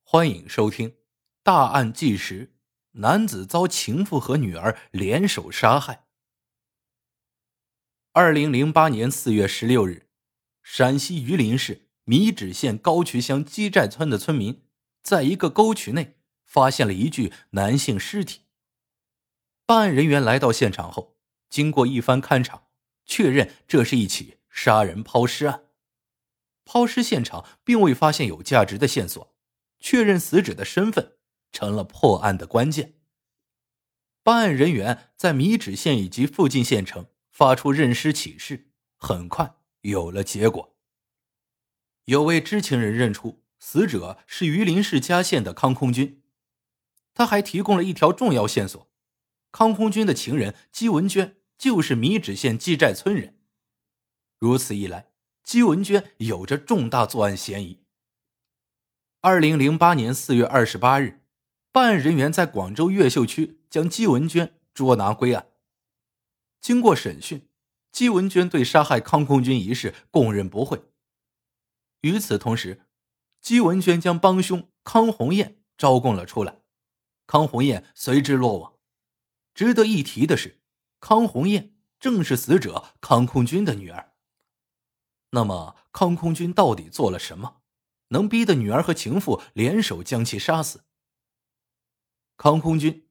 欢迎收听《大案纪实》，男子遭情妇和女儿联手杀害。2008年4月16日，陕西榆林市米脂县高渠乡鸡寨村的村民在一个沟渠内发现了一具男性尸体。办案人员来到现场后，经过一番勘查，确认这是一起杀人抛尸案。抛尸现场并未发现有价值的线索，确认死者的身份成了破案的关键。办案人员在米脂县以及附近县城发出认尸启事，很快有了结果。有位知情人认出死者是榆林市嘉县的康空军，他还提供了一条重要线索：康空军的情人姬文娟就是米脂县鸡寨村人。如此一来，姬文娟有着重大作案嫌疑。2008年4月28日，办案人员在广州越秀区将姬文娟捉拿归案。经过审讯，姬文娟对杀害康空军一事供认不讳。与此同时，姬文娟将帮凶康红艳招供了出来，康红艳随之落网。值得一提的是，康红艳正是死者康空军的女儿。那么康空军到底做了什么，能逼得女儿和情妇联手将其杀死？康空军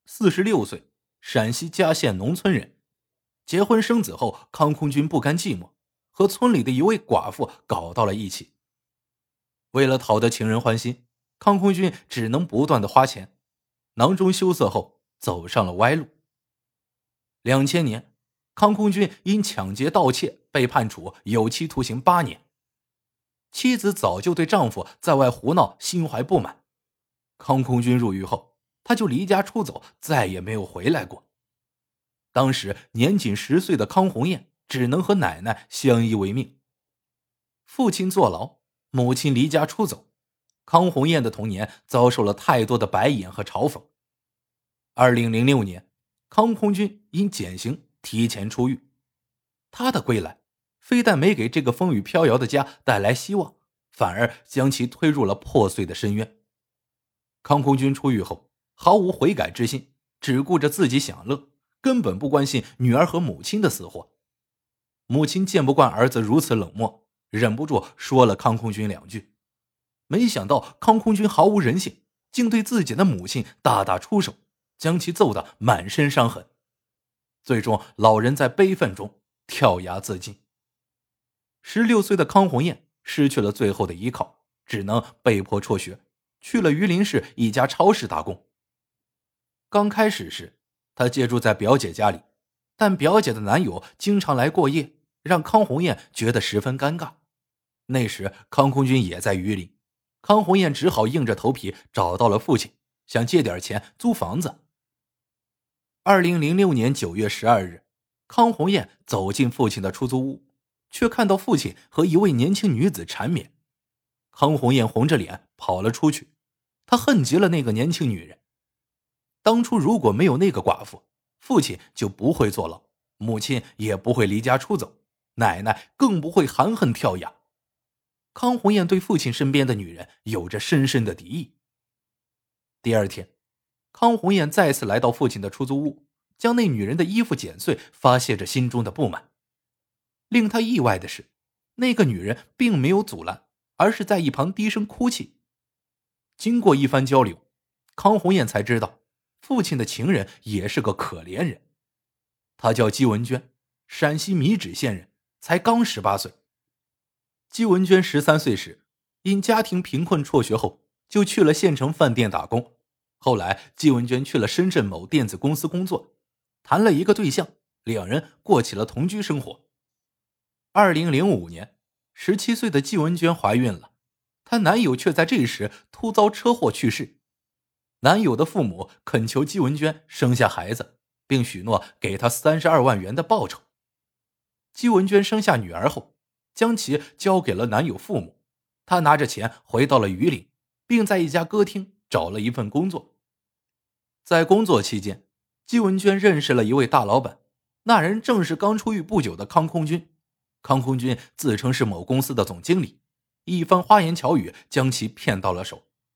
46岁，陕西嘉县农村人。结婚生子后，康空军不甘寂寞，和村里的一位寡妇搞到了一起。为了讨得情人欢心，康空军只能不断的花钱，囊中羞涩后走上了歪路。2000年，康空军因抢劫盗窃被判处有期徒刑8年。妻子早就对丈夫在外胡闹心怀不满，康空军入狱后，他就离家出走，再也没有回来过。当时年仅10岁的康红艳只能和奶奶相依为命。父亲坐牢，母亲离家出走，康红艳的童年遭受了太多的白眼和嘲讽。2006年，康空军因减刑提前出狱。他的归来非但没给这个风雨飘摇的家带来希望，反而将其推入了破碎的深渊。康空军出狱后毫无悔改之心，只顾着自己享乐，根本不关心女儿和母亲的死活。母亲见不惯儿子如此冷漠，忍不住说了康空军2句。没想到康空军毫无人性，竟对自己的母亲大打出手，将其揍得满身伤痕。最终老人在悲愤中跳崖自尽。16岁的康红艳失去了最后的依靠，只能被迫辍学，去了榆林市一家超市打工。刚开始时，她借住在表姐家里，但表姐的男友经常来过夜，让康红艳觉得十分尴尬。那时康空军也在榆林，康红艳只好硬着头皮找到了父亲，想借点钱租房子。2006年9月12日，康红艳走进父亲的出租屋，却看到父亲和一位年轻女子缠绵。康红艳红着脸跑了出去，她恨极了那个年轻女人。当初如果没有那个寡妇，父亲就不会坐牢，母亲也不会离家出走，奶奶更不会含恨跳崖。康红艳对父亲身边的女人有着深深的敌意。第二天，康红艳再次来到父亲的出租屋，将那女人的衣服剪碎，发泄着心中的不满。令他意外的是，那个女人并没有阻拦，而是在一旁低声哭泣。经过一番交流，康红艳才知道父亲的情人也是个可怜人。她叫姬文娟，陕西米脂县人，才刚18岁。姬文娟13岁时，因家庭贫困辍学后，就去了县城饭店打工。后来姬文娟去了深圳某电子公司工作，谈了一个对象，两人过起了同居生活。2005年，17岁的姬文娟怀孕了，她男友却在这时突遭车祸去世。男友的父母恳求姬文娟生下孩子，并许诺给她32万元的报酬。姬文娟生下女儿后，将其交给了男友父母，她拿着钱回到了榆林，并在一家歌厅找了一份工作。在工作期间，姬文娟认识了一位大老板，那人正是刚出狱不久的康空军。康空军自称是某公司的总经理，一番花言巧语将其骗到了手。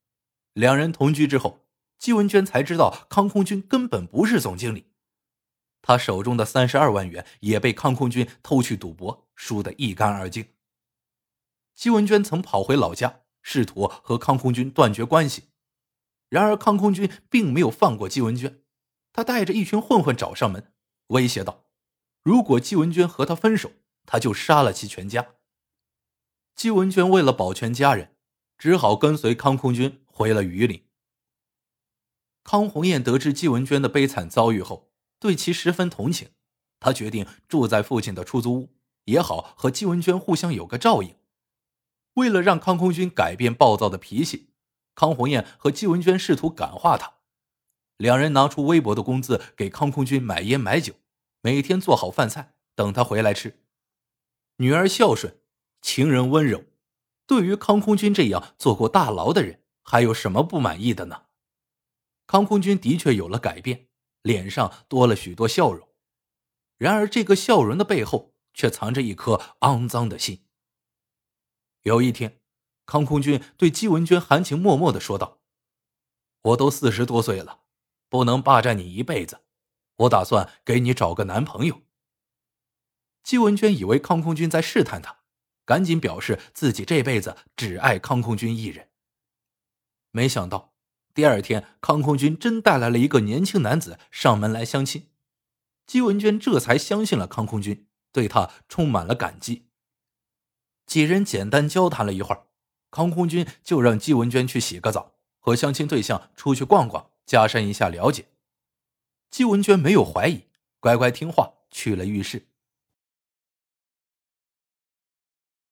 两人同居之后，季文娟才知道康空军根本不是总经理。他手中的32万元也被康空军偷去赌博，输得一干二净。季文娟曾跑回老家，试图和康空军断绝关系。然而康空军并没有放过季文娟，他带着一群混混找上门，威胁道：如果季文娟和他分手，他就杀了其全家。季文娟为了保全家人，只好跟随康空军回了榆林。康红艳得知季文娟的悲惨遭遇后，对其十分同情，他决定住在父亲的出租屋，也好和季文娟互相有个照应。为了让康空军改变暴躁的脾气，康红艳和季文娟试图感化他。两人拿出微薄的工资给康空军买烟买酒，每天做好饭菜等他回来吃。女儿孝顺，情人温柔，对于康空军这样做过大牢的人，还有什么不满意的呢？康空军的确有了改变，脸上多了许多笑容。然而这个笑容的背后却藏着一颗肮脏的心。有一天，康空军对季文娟含情脉脉地说道：我都40多岁了，不能霸占你一辈子，我打算给你找个男朋友。季文娟以为康空军在试探他，赶紧表示自己这辈子只爱康空军一人。没想到第二天，康空军真带来了一个年轻男子上门来相亲。季文娟这才相信了康空军，对他充满了感激。几人简单交谈了一会儿，康空军就让季文娟去洗个澡，和相亲对象出去逛逛，加深一下了解。季文娟没有怀疑，乖乖听话去了浴室。